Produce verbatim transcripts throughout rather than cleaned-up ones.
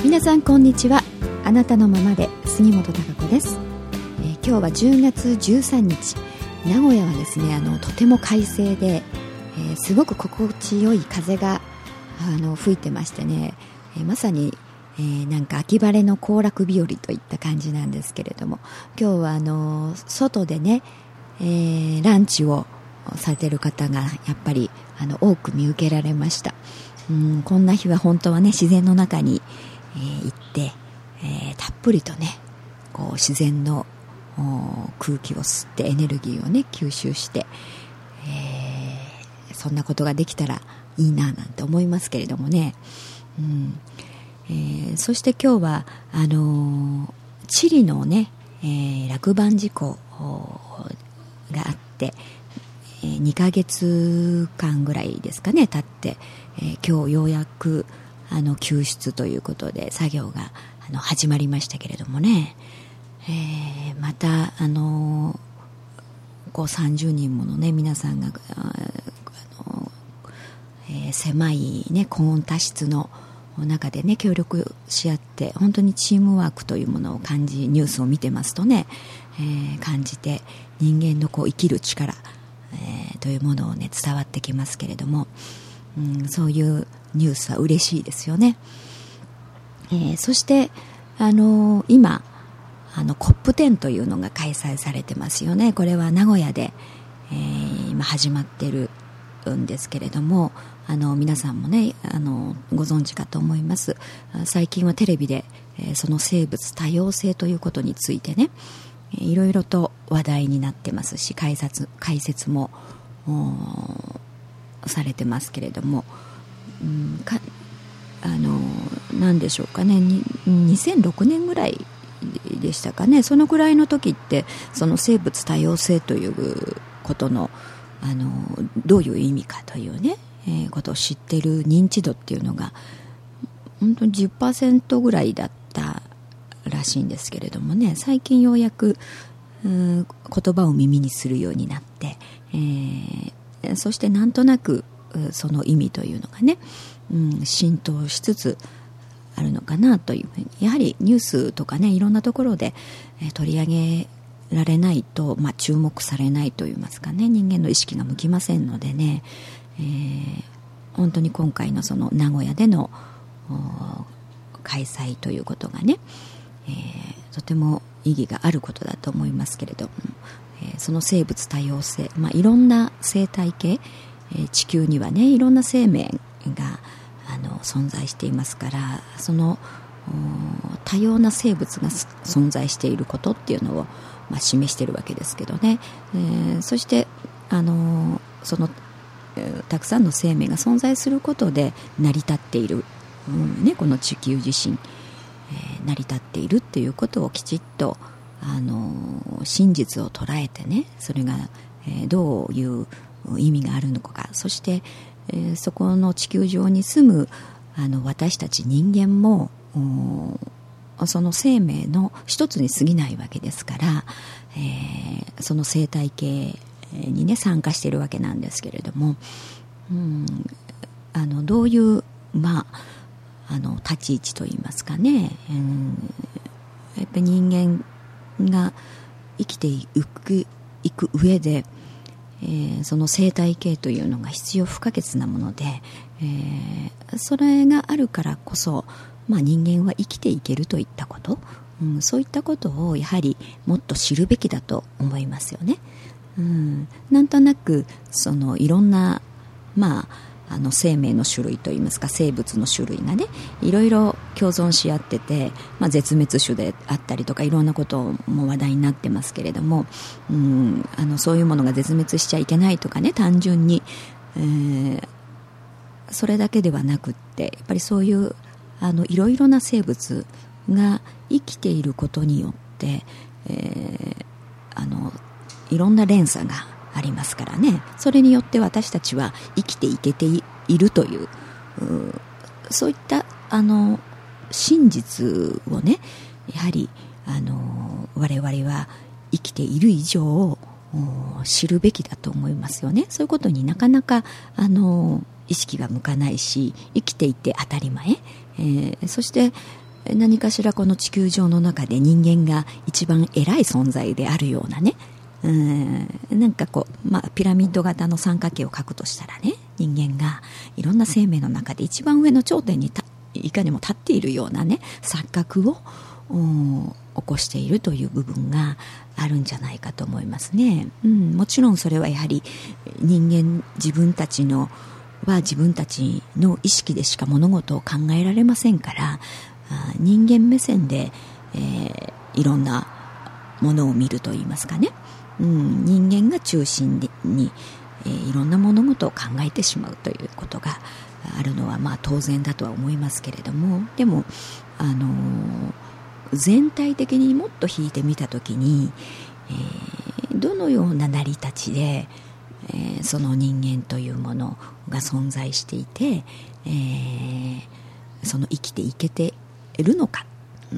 皆さんこんにちは。あなたのままで杉本孝子です。えー、今日はじゅうがつじゅうさんにち、名古屋はですね、あのとても快晴で、えー、すごく心地よい風があの吹いてましてね、えー、まさに、えー、なんか秋晴れの行楽日和といった感じなんですけれども、今日はあの外でね、えー、ランチをされている方がやっぱりあの多く見受けられました。うん、こんな日は本当はね、自然の中に、えー、行って、えー、たっぷりとね、こう自然の空気を吸ってエネルギーをね吸収して、えー、そんなことができたらいいななんて思いますけれどもね。うん、えー、そして今日はあのー、チリのね、えー、落盤事故があって、えー、にかげつかんぐらいですかね経って、えー、今日ようやくあの救出ということで作業があの始まりましたけれどもね、えー、またあのー、こうさんじゅうにんものね皆さんがあの、えー、狭いね高温多湿の中でね協力し合って本当にチームワークというものを感じ、ニュースを見てますとね、えー、感じて人間のこう生きる力、えー、というものをね伝わってきますけれども、うん、そういうニュースは嬉しいですよね。えー、そしてあのー、今あの コップテン というのが開催されてますよね。これは名古屋で、えー、今始まってるんですけれども、あの皆さんもねあのご存知かと思います。最近はテレビで、えー、その生物多様性ということについてね、いろいろと話題になってますし、解説、解説もされてますけれども、うん、かあの何でしょうかね、にせんろくねんぐらいでしたかね、そのぐらいの時ってその生物多様性ということの、あのどういう意味かというね、えー、ことを知っている認知度っていうのが本当に じゅっパーセント ぐらいだったらしいんですけれどもね、最近ようやくう言葉を耳にするようになって、えー、そしてなんとなくその意味というのがね、うん、浸透しつつあるのかなというふうに、やはりニュースとかねいろんなところで、えー、取り上げられないと、まあ、注目されないといいますかね、人間の意識が向きませんのでね、えー、本当に今回のその名古屋での開催ということがね、えー、とても意義があることだと思いますけれども、えー、その生物多様性、まあ、いろんな生態系、えー、地球にはねいろんな生命があの存在していますから、その多様な生物が存在していることっていうのを、まあ、示しているわけですけどね、えー、そしてあのその、えー、たくさんの生命が存在することで成り立っている、うんね、この地球自身、えー、成り立っているっていうことをきちっとあの真実を捉えてね、それが、えー、どういう意味があるのか、そしてえー、そこの地球上に住むあの私たち人間もその生命の一つに過ぎないわけですから、えー、その生態系にね参加しているわけなんですけれども、うん、あのどういう、まあ、あの立ち位置といいますかね、うん、やっぱり人間が生きていく、いく上でえー、その生態系というのが必要不可欠なもので、えー、それがあるからこそ、まあ、人間は生きていけるといったこと、うん、そういったことをやはりもっと知るべきだと思いますよね。うん、なんとなくそのいろんな、まああの生命の種類といいますか生物の種類がねいろいろ共存し合ってて、まあ、絶滅種であったりとかいろんなことも話題になってますけれども、うん、あのそういうものが絶滅しちゃいけないとかね、単純に、えー、それだけではなくってやっぱりそういうあのいろいろな生物が生きていることによって、えー、あのいろんな連鎖がありますからね、それによって私たちは生きていけて い, いるという、うそういったあの真実をねやはりあの我々は生きている以上知るべきだと思いますよね。そういうことになかなかあの意識が向かないし、生きていて当たり前、えー、そして何かしらこの地球上の中で人間が一番偉い存在であるようなね、うん、なんかこう、まあ、ピラミッド型の三角形を描くとしたらね、人間がいろんな生命の中で一番上の頂点にたいかにも立っているようなね錯覚を起こしているという部分があるんじゃないかと思いますね、うん、もちろんそれはやはり人間自分たちのは自分たちの意識でしか物事を考えられませんから、人間目線で、えー、いろんなものを見るといいますかね、うん、人間が中心に、えー、いろんな物事を考えてしまうということがあるのはまあ当然だとは思いますけれども、でも、あのー、全体的にもっと引いてみたときに、えー、どのような成り立ちで、えー、その人間というものが存在していて、えー、その生きていけているのか、うん、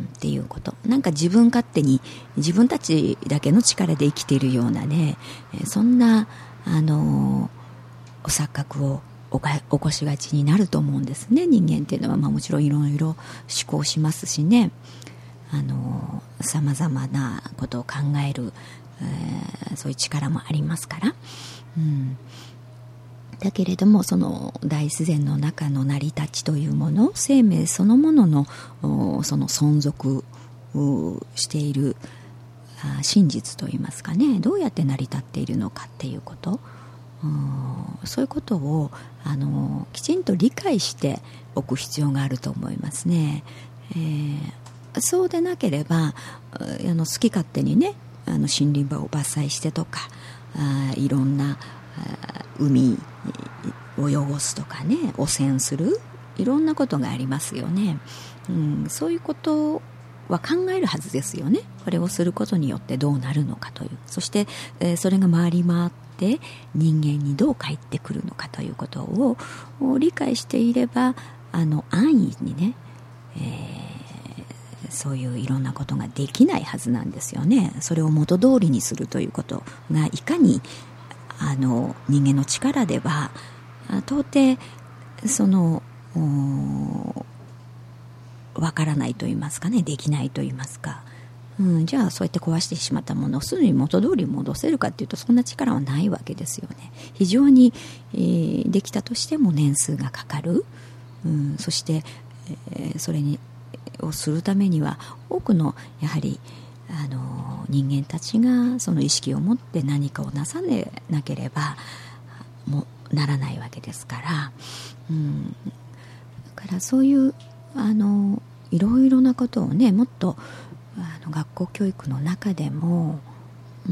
っていうこと、なんか自分勝手に自分たちだけの力で生きているようなね、そんなあの錯覚を起こしがちになると思うんですね。人間っていうのは、まあ、もちろんいろいろ思考しますしね、あのさまざまなことを考える、えー、そういう力もありますから、うん、だけれどもその大自然の中の成り立ちというもの、生命そのもののその存続している真実といいますかね、どうやって成り立っているのかっていうこと、そういうことをあのきちんと理解しておく必要があると思いますね、えー、そうでなければあの好き勝手にね、あの森林場を伐採してとか、あいろんな海を汚すとかね、汚染する、いろんなことがありますよね、うん、そういうことは考えるはずですよね。これをすることによってどうなるのかという、そして、えー、それが回り回って人間にどう返ってくるのかということを理解していれば、あの安易にね、えー、そういういろんなことができないはずなんですよね。それを元通りにするということがいかにあの人間の力では到底そのわからないと言いますかね、できないと言いますか、うん、じゃあそうやって壊してしまったものをすぐに元通り戻せるかというと、そんな力はないわけですよね。非常に、えー、できたとしても年数がかかる、うん、そして、えー、それにをするためには多くのやはりあの人間たちがその意識を持って何かをなさねなければもならないわけですから、うん、だからそういうあのいろいろなことをね、もっとあの学校教育の中でも、うん、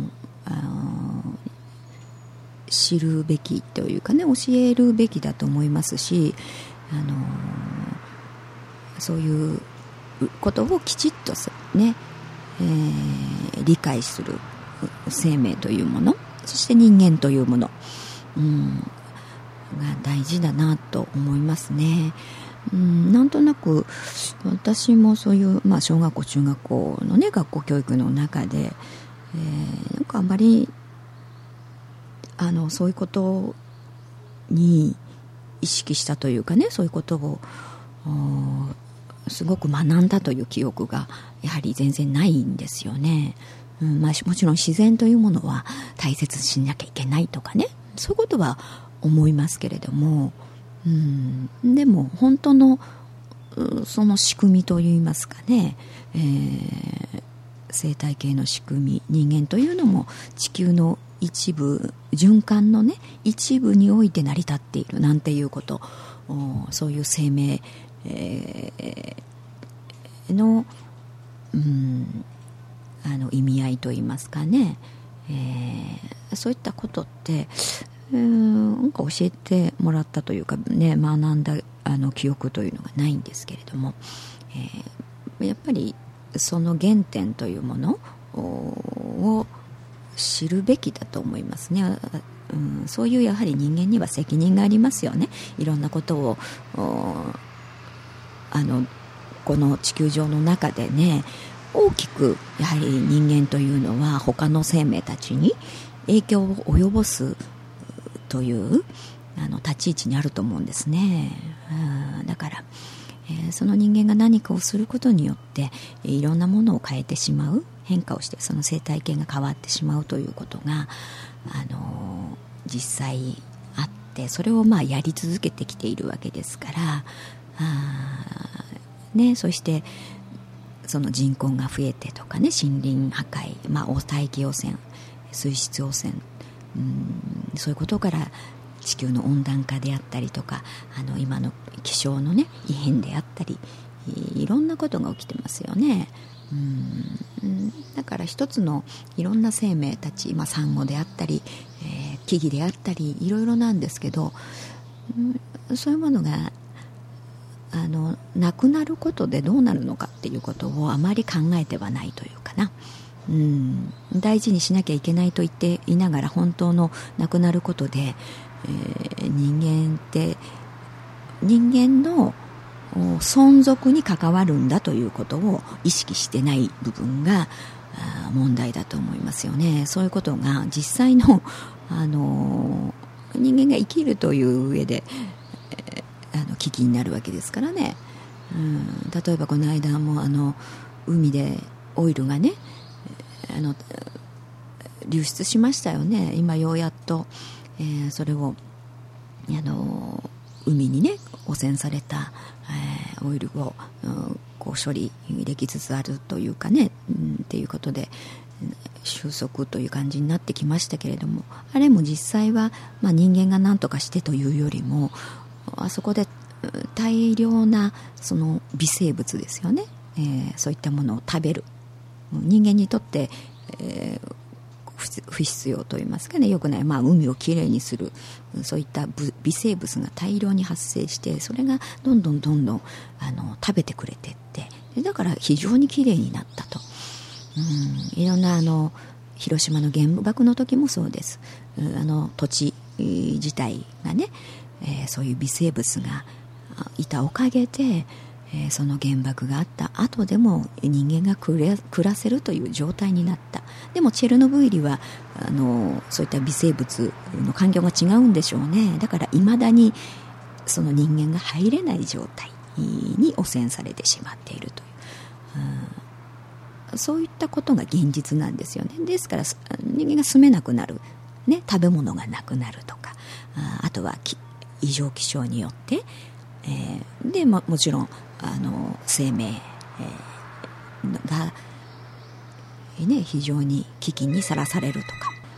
あの知るべきというかね、教えるべきだと思いますし、あのそういうことをきちっとね、えー、理解する生命というもの、そして人間というもの、うん、が大事だなと思いますね。うん、なんとなく私もそういう、まあ、小学校中学校のね学校教育の中で、えー、なんかあんまりあのそういうことに意識したというかね、そういうことをすごく学んだという記憶がやはり全然ないんですよね、うんまあ、もちろん自然というものは大切にしなきゃいけないとかね、そういうことは思いますけれども、うん、でも本当のその仕組みといいますかね、えー、生態系の仕組み、人間というのも地球の一部、循環のね一部において成り立っているなんていうこと、そういう生命、えー、の、うん、あの意味合いといいますかね、えー、そういったことってえー、なんか教えてもらったというかね、学んだあの記憶というのがないんですけれども、えー、やっぱりその原点というものを知るべきだと思いますね、うん、そういうやはり人間には責任がありますよね。いろんなことをあのこの地球上の中でね、大きくやはり人間というのは他の生命たちに影響を及ぼすというあの立ち位置にあると思うんですね、うん、だからえー、その人間が何かをすることによっていろんなものを変えてしまう、変化をしてその生態系が変わってしまうということが、あのー、実際あって、それをまあやり続けてきているわけですから、あ、ね、そしてその人口が増えてとかね、森林破壊、まあ、大気汚染、水質汚染、うん、そういうことから地球の温暖化であったりとか、あの今の気象の、ね、異変であったり、いろんなことが起きてますよね。うん、だから一つのいろんな生命たち、まあ、サンゴであったり、えー、木々であったり、いろいろなんですけど、うん、そういうものがあのなくなることでどうなるのかっていうことをあまり考えてはないというかな、うん、大事にしなきゃいけないと言っていながら、本当のなくなることで、えー、人間って人間の存続に関わるんだということを意識してない部分が問題だと思いますよね。そういうことが実際の、あの人間が生きるという上で、えー、あの危機になるわけですからね、うん、例えばこの間もあの海でオイルがね、あの流出しましたよね。今ようやっと、えー、それをあの海にね汚染された、えー、オイルを、うん、こう処理できつつあるというかね、うん、っていうことで収束という感じになってきましたけれども、あれも実際は、まあ、人間が何とかしてというよりも、あそこで大量なその微生物ですよね、えー、そういったものを食べる、人間にとって、えー不必要といいますかね、良くない、まあ、海をきれいにする、そういった微生物が大量に発生して、それがどんどんどんどんあの食べてくれてって、だから非常にきれいになったと、うん、いろんなあの広島の原爆の時もそうです。あの土地自体がね、えー、そういう微生物がいたおかげで、えー、その原爆があった後でも人間が暮れ暮らせるという状態になった。でもチェルノブイリはあのそういった微生物の環境が違うんでしょうね。だからいまだにその人間が入れない状態に汚染されてしまっているという、うん、そういったことが現実なんですよね。ですから人間が住めなくなる、ね、食べ物がなくなるとか、 あ, あとは異常気象によって、えー、で も, もちろんあの生命、えー、が、ね、非常に危機にさらされるとか。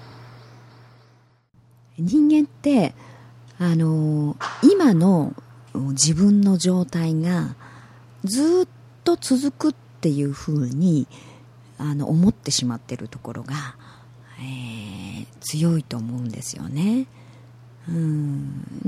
人間ってあの今の自分の状態がずっと続くっていうふうにあの思ってしまっているところが、えー、強いと思うんですよね。うん、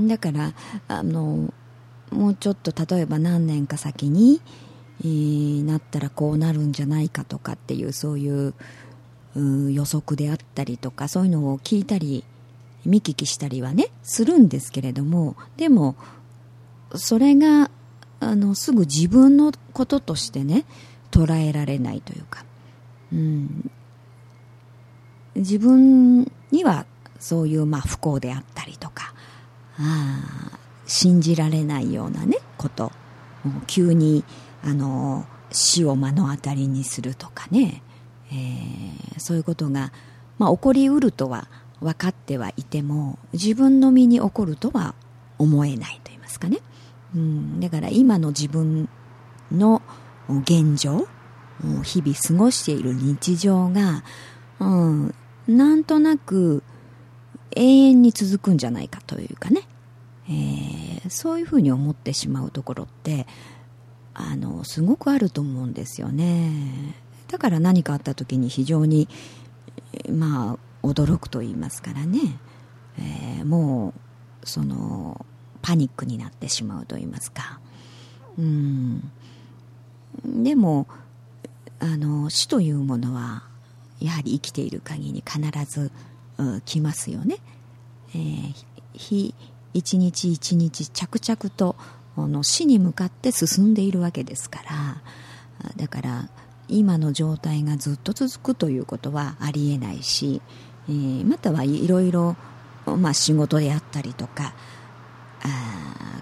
だからあのもうちょっと例えば何年か先に、えー、なったらこうなるんじゃないかとかっていう、そういう、う予測であったりとか、そういうのを聞いたり見聞きしたりはねするんですけれども、でもそれがあのすぐ自分のこととしてね捉えられないというか、うん、自分にはそういう、まあ、不幸であったりとか、あ信じられないようなねこと急にあの死を目の当たりにするとかね、えー、そういうことが、まあ、起こりうるとは分かってはいても自分の身に起こるとは思えないと言いますかね、うん、だから今の自分の現状、日々過ごしている日常が、うん、なんとなく永遠に続くんじゃないかというかね、えー、そういうふうに思ってしまうところってあのすごくあると思うんですよね。だから何かあった時に非常にまあ驚くと言いますからね、えー、もうそのパニックになってしまうと言いますか、うん、でもあの死というものはやはり生きている限り必ず、うん、来ますよね、えー、日一日一日着々とあの死に向かって進んでいるわけですから、だから今の状態がずっと続くということはありえないし、えー、またはいろいろ、まあ、仕事であったりとかあ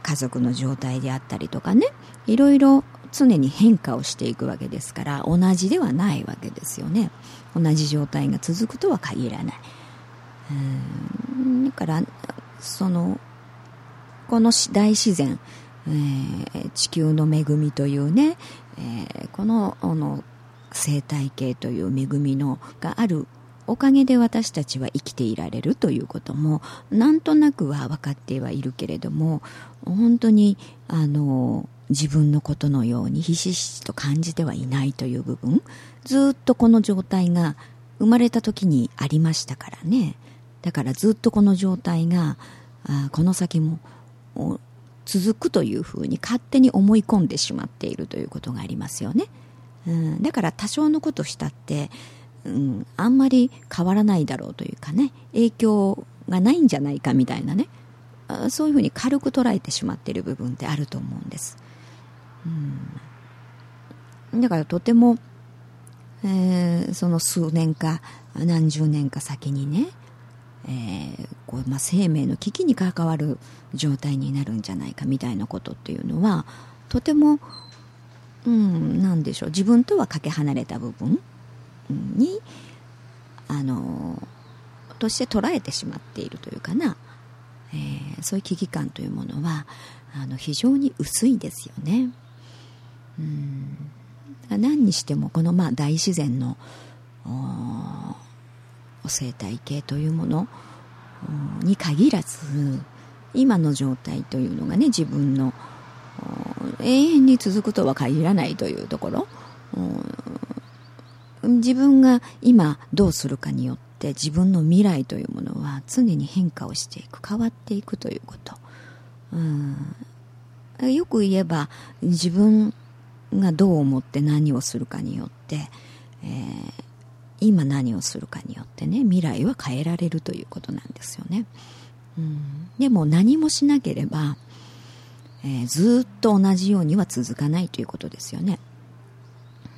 家族の状態であったりとかね、いろいろ常に変化をしていくわけですから、同じではないわけですよね。同じ状態が続くとは限らない。うん、だからそのこの大自然、えー、地球の恵みというね、えー、この、あの生態系という恵みのがあるおかげで私たちは生きていられるということもなんとなくは分かってはいるけれども、本当にあの自分のことのようにひしひしと感じてはいないという部分、ずっとこの状態が生まれた時にありましたからね。だからずっとこの状態があこの先も続くというふうに勝手に思い込んでしまっているということがありますよね。うん、だから多少のことしたって、うん、あんまり変わらないだろうというかね、影響がないんじゃないかみたいなね、あそういうふうに軽く捉えてしまっている部分ってあると思うんです。うん、だからとても、えー、その数年か何十年か先にね、えーこうまあ、生命の危機に関わる状態になるんじゃないかみたいなことっていうのはとても、うん、なんでしょう、自分とはかけ離れた部分にあのとして捉えてしまっているというかな、えー、そういう危機感というものはあの非常に薄いですよね。うん、何にしてもこのまあ大自然の生態系というものに限らず、今の状態というのがね、自分の永遠に続くとは限らないというところ、自分が今どうするかによって自分の未来というものは常に変化をしていく、変わっていくということ、うん、よく言えば自分がどう思って何をするかによって、えー今何をするかによってね、未来は変えられるということなんですよね。うん、でも何もしなければ、えー、ずっと同じようには続かないということですよね。うん、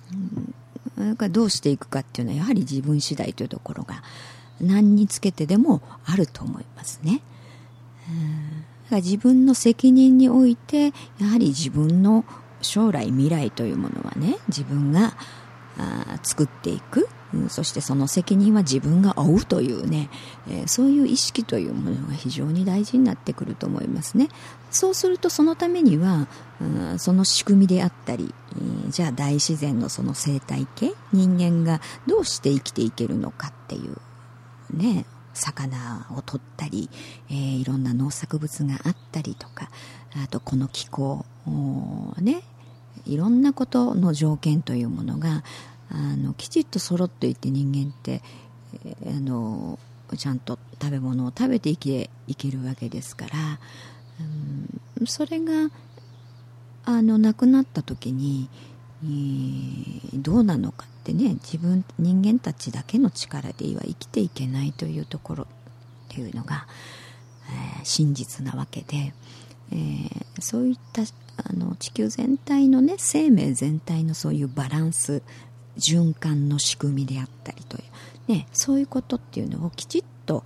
だからどうしていくかっていうのはやはり自分次第というところが何につけてでもあると思いますね。うん、だから自分の責任においてやはり自分の将来未来というものはね、自分があ作っていく、うん、そしてその責任は自分が負うというね、えー、そういう意識というものが非常に大事になってくると思いますね。そうするとそのためには、うん、その仕組みであったり、えー、じゃあ大自然のその生態系、人間がどうして生きていけるのかっていうね、魚を取ったり、えー、いろんな農作物があったりとか、あとこの気候ね、いろんなことの条件というものがあのきちっと揃っていて、人間って、えー、あのちゃんと食べ物を食べていけ、いけるわけですから、うん、それがあのなくなった時に、えー、どうなのかってね、自分人間たちだけの力では生きていけないというところっていうのが、えー、真実なわけで、えー、そういったあの地球全体のね、生命全体のそういうバランス、循環の仕組みであったりという、ね、そういうことっていうのをきちっと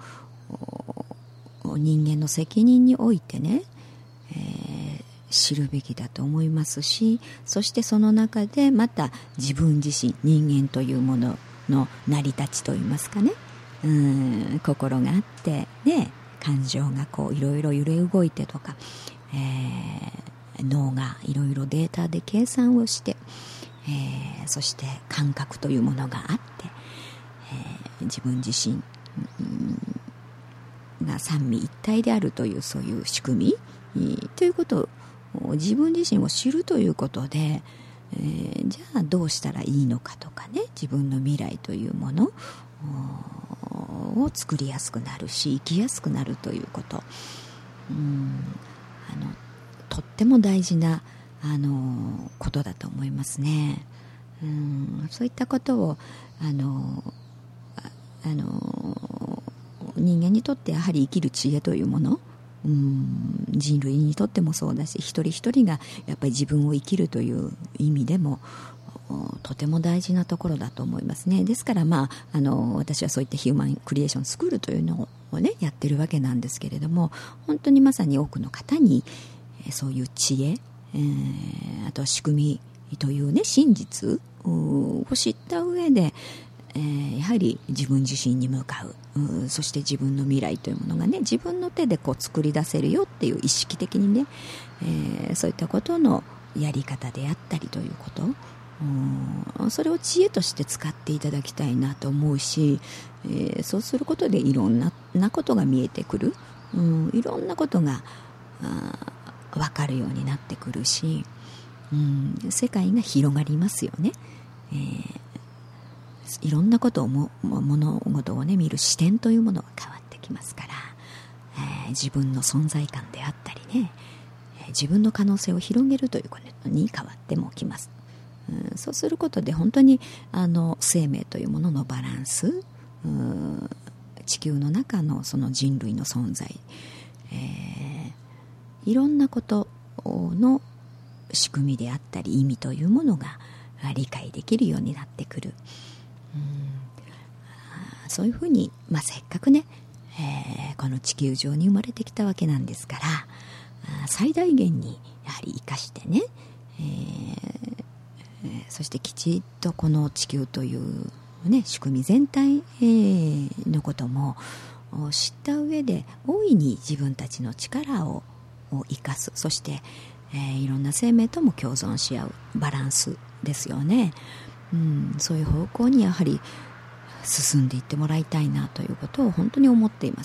人間の責任においてね、えー、知るべきだと思いますし、そしてその中でまた自分自身、人間というものの成り立ちといいますかね、うん、心があってね、感情がこういろいろ揺れ動いてとか、えー脳がいろいろデータで計算をして、えー、そして感覚というものがあって、えー、自分自身、うん、が三位一体であるというそういう仕組みということを自分自身を知るということで、えー、じゃあどうしたらいいのかとかね、自分の未来というものを作りやすくなるし、生きやすくなるということ、うん、あのとっても大事なあのことだと思いますね。うん、そういったことをあのああの人間にとってやはり生きる知恵というもの、うん、人類にとってもそうだし、一人一人がやっぱり自分を生きるという意味でもとても大事なところだと思いますね。ですから、まあ、あの私はそういったヒューマンクリエーションスクールというのを、ね、やってるわけなんですけれども、本当にまさに多くの方にそういう知恵、えー、あとは仕組みという、ね、真実を知った上で、えー、やはり自分自身に向かう、うそして自分の未来というものがね、自分の手でこう作り出せるよっていう意識的にね、えー、そういったことのやり方であったりということ、うん、それを知恵として使っていただきたいなと思うし、えー、そうすることでいろん な, なことが見えてくる、うん、いろんなことがあ分かるようになってくるし、うん、世界が広がりますよね。えーいろんなことをも物事をね見る視点というものが変わってきますから、えー、自分の存在感であったりね、えー、自分の可能性を広げるということに変わってもきます。うん、そうすることで本当にあの生命というもののバランス、うん、地球の中のその人類の存在、えー、いろんなことの仕組みであったり意味というものが理解できるようになってくる。うん、そういうふうに、まあ、せっかくね、えー、この地球上に生まれてきたわけなんですから、最大限にやはり生かしてね、えーえー、そしてきちっとこの地球という、ね、仕組み全体、えー、のことも知った上で大いに自分たちの力を生かす、そして、えー、いろんな生命とも共存し合うバランスですよね。うん、そういう方向にやはり進んでいってもらいたいなということを本当に思っています。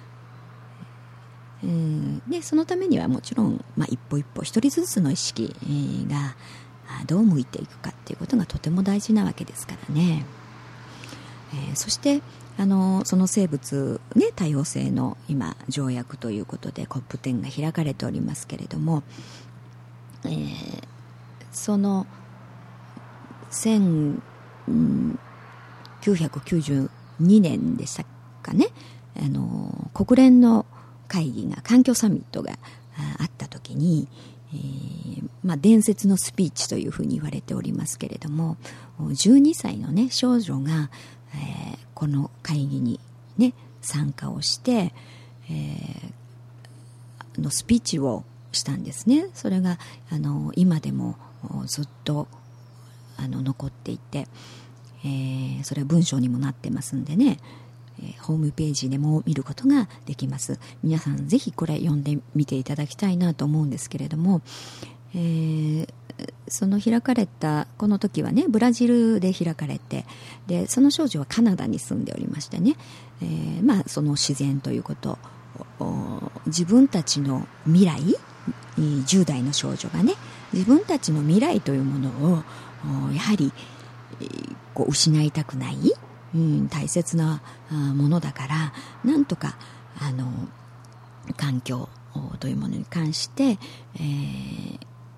えー、でそのためにはもちろん、まあ、一歩一歩一人ずつの意識がどう向いていくかっていうことがとても大事なわけですからね。えー、そしてあのその生物、ね、多様性の今条約ということで コップテン が開かれておりますけれども、えー、そのせんきゅうひゃくきゅうじゅうにねんでしたかね、あの国連の会議が環境サミットがあった時に、えーまあ、伝説のスピーチというふうに言われておりますけれども、じゅうにさいの、ね、少女が、えー、この会議に、ね、参加をして、えー、のスピーチをしたんですね。それがあの今でもずっとあの残っていて、えー、それは文章にもなってますんでね、えー、ホームページでも見ることができます。皆さんぜひこれ読んでみていただきたいなと思うんですけれども、えー、その開かれたこの時はねブラジルで開かれて、でその少女はカナダに住んでおりましてね、えーまあ、その自然ということ、自分たちの未来、じゅう代の少女がね自分たちの未来というものをやはりこう失いたくない、うん、大切なものだからなんとかあの環境というものに関して、えー、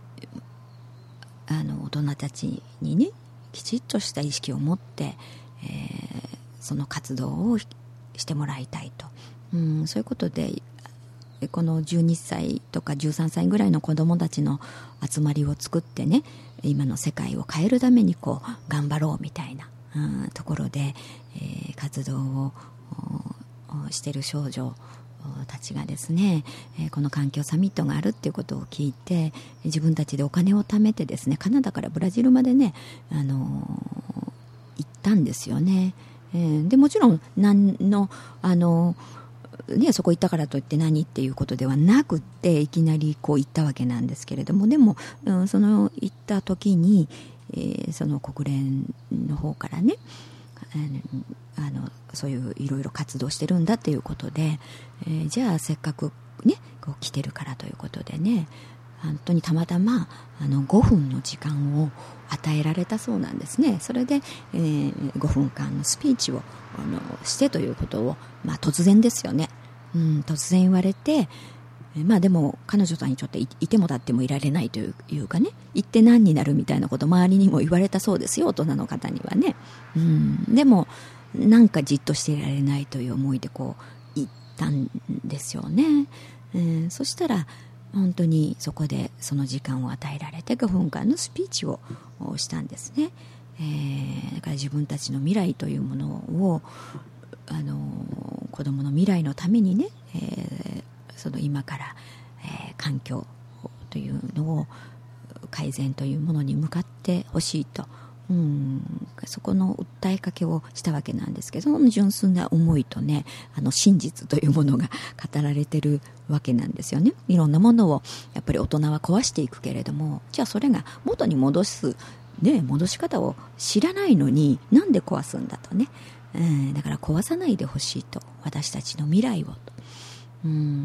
あの大人たちにねきちっとした意識を持って、えー、その活動をしてもらいたいと、うん、そういうことでこのじゅうにさいとかじゅうさんさいぐらいの子どもたちの集まりを作ってね、今の世界を変えるためにこう頑張ろうみたいな、うん、ところで、えー、活動をしている少女たちがですね、えー、この環境サミットがあるっていうことを聞いて自分たちでお金を貯めてですね、カナダからブラジルまでね、あのー、行ったんですよね。えー、でもちろん何のあのーね、そこ行ったからといって何っていうことではなくっていきなりこう行ったわけなんですけれども、でも、うん、その行った時に、えー、その国連の方からね、あのそういういろいろ活動してるんだということで、えー、じゃあせっかくねこう来てるからということでね、本当にたまたまあのごふんの時間を与えられたそうなんですね。それで、えー、ごふんかんのスピーチをあのしてということを、まあ、突然ですよね、うん、突然言われて、まあでも彼女さんにちょっと い, いても立ってもいられないというかね、行って何になるみたいなこと周りにも言われたそうですよ、大人の方にはね、うん、でもなんかじっとしていられないという思いでこう行ったんですよね、えー、そしたら本当にそこでその時間を与えられてごふんかんのスピーチをしたんですね。えー、だから自分たちの未来というものをあの子どもの未来のためにね、えー、その今から、えー、環境というのを改善というものに向かってほしいと、うん、そこの訴えかけをしたわけなんですけど、その純粋な思いとね、あの真実というものが語られてるわけなんですよね。いろんなものをやっぱり大人は壊していくけれども、じゃあそれが元に戻す、ね、戻し方を知らないのになんで壊すんだとね、うん、だから壊さないでほしいと、私たちの未来をと、うん、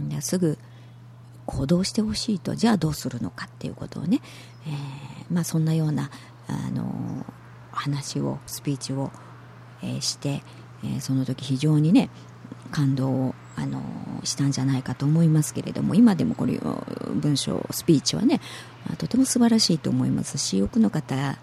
すぐ行動してほしいと。じゃあどうするのかっていうことをね、えーまあ、そんなようなあの話をスピーチを、えー、して、えー、その時非常にね感動をあのしたんじゃないかと思いますけれども、今でもこれ文章スピーチはねとても素晴らしいと思いますし、多くの方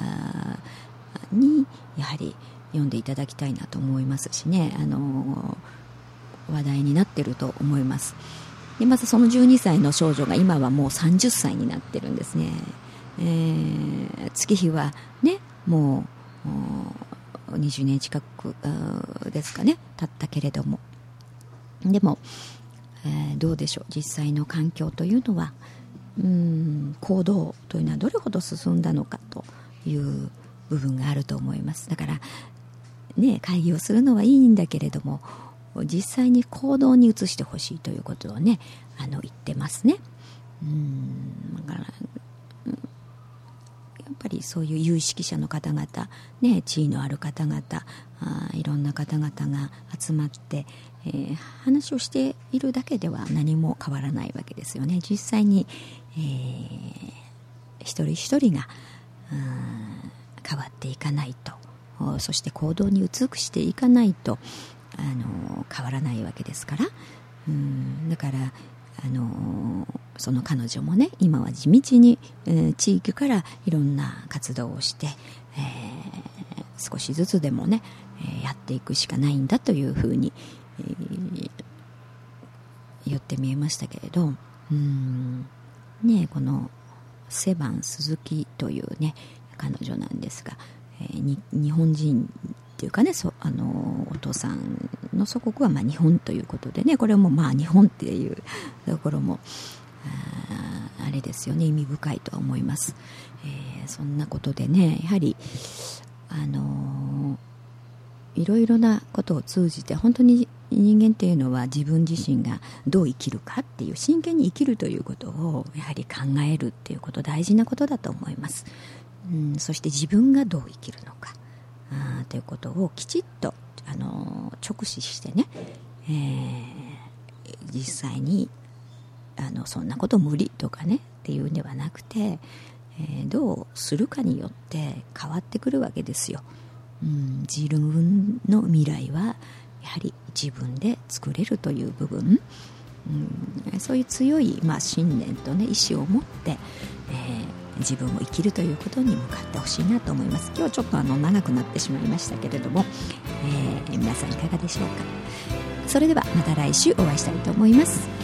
にやはり読んでいただきたいなと思いますしね、あの話題になっていると思います。でまずそのじゅうにさいの少女が今はもうさんじゅっさいになってるんですね。えー、月日はねもうにじゅうねん近くですかね経ったけれども、でも、えー、どうでしょう、実際の環境というのはうーん行動というのはどれほど進んだのかという部分があると思います。だからね、会議をするのはいいんだけれども、実際に行動に移してほしいということをねあの言ってますね。うーんだからやっぱりそういう有識者の方々、ね、地位のある方々、あいろんな方々が集まって、えー、話をしているだけでは何も変わらないわけですよね。実際に、えー、一人一人が変わっていかないと、そして行動に移していかないとあの変わらないわけですから、うんだからあのその彼女もね今は地道に、えー、地域からいろんな活動をして、えー、少しずつでもね、えー、やっていくしかないんだというふうに、えー、言って見えましたけれど、うんね、このセバン鈴木というね彼女なんですが、えー、に日本人っていうかね、そあのお父さんの祖国はまあ日本ということでね、これもまあ日本っていうところも あ, あれですよね、意味深いとは思います。えー、そんなことでねやはりあのいろいろなことを通じて本当に人間っていうのは自分自身がどう生きるかっていう、真剣に生きるということをやはり考えるっていうこと、大事なことだと思います。うん、そして自分がどう生きるのかあということをきちっとあの直視してね、えー、実際にあのそんなこと無理とかねっていうんではなくて、えー、どうするかによって変わってくるわけですよ。うん、自分の未来はやはり自分で作れるという部分、うん、そういう強い、まあ、信念とね意志を持って、えー自分を生きるということに向かってほしいなと思います。今日はちょっとあの長くなってしまいましたけれども、えー、皆さんいかがでしょうか。それではまた来週お会いしたいと思います。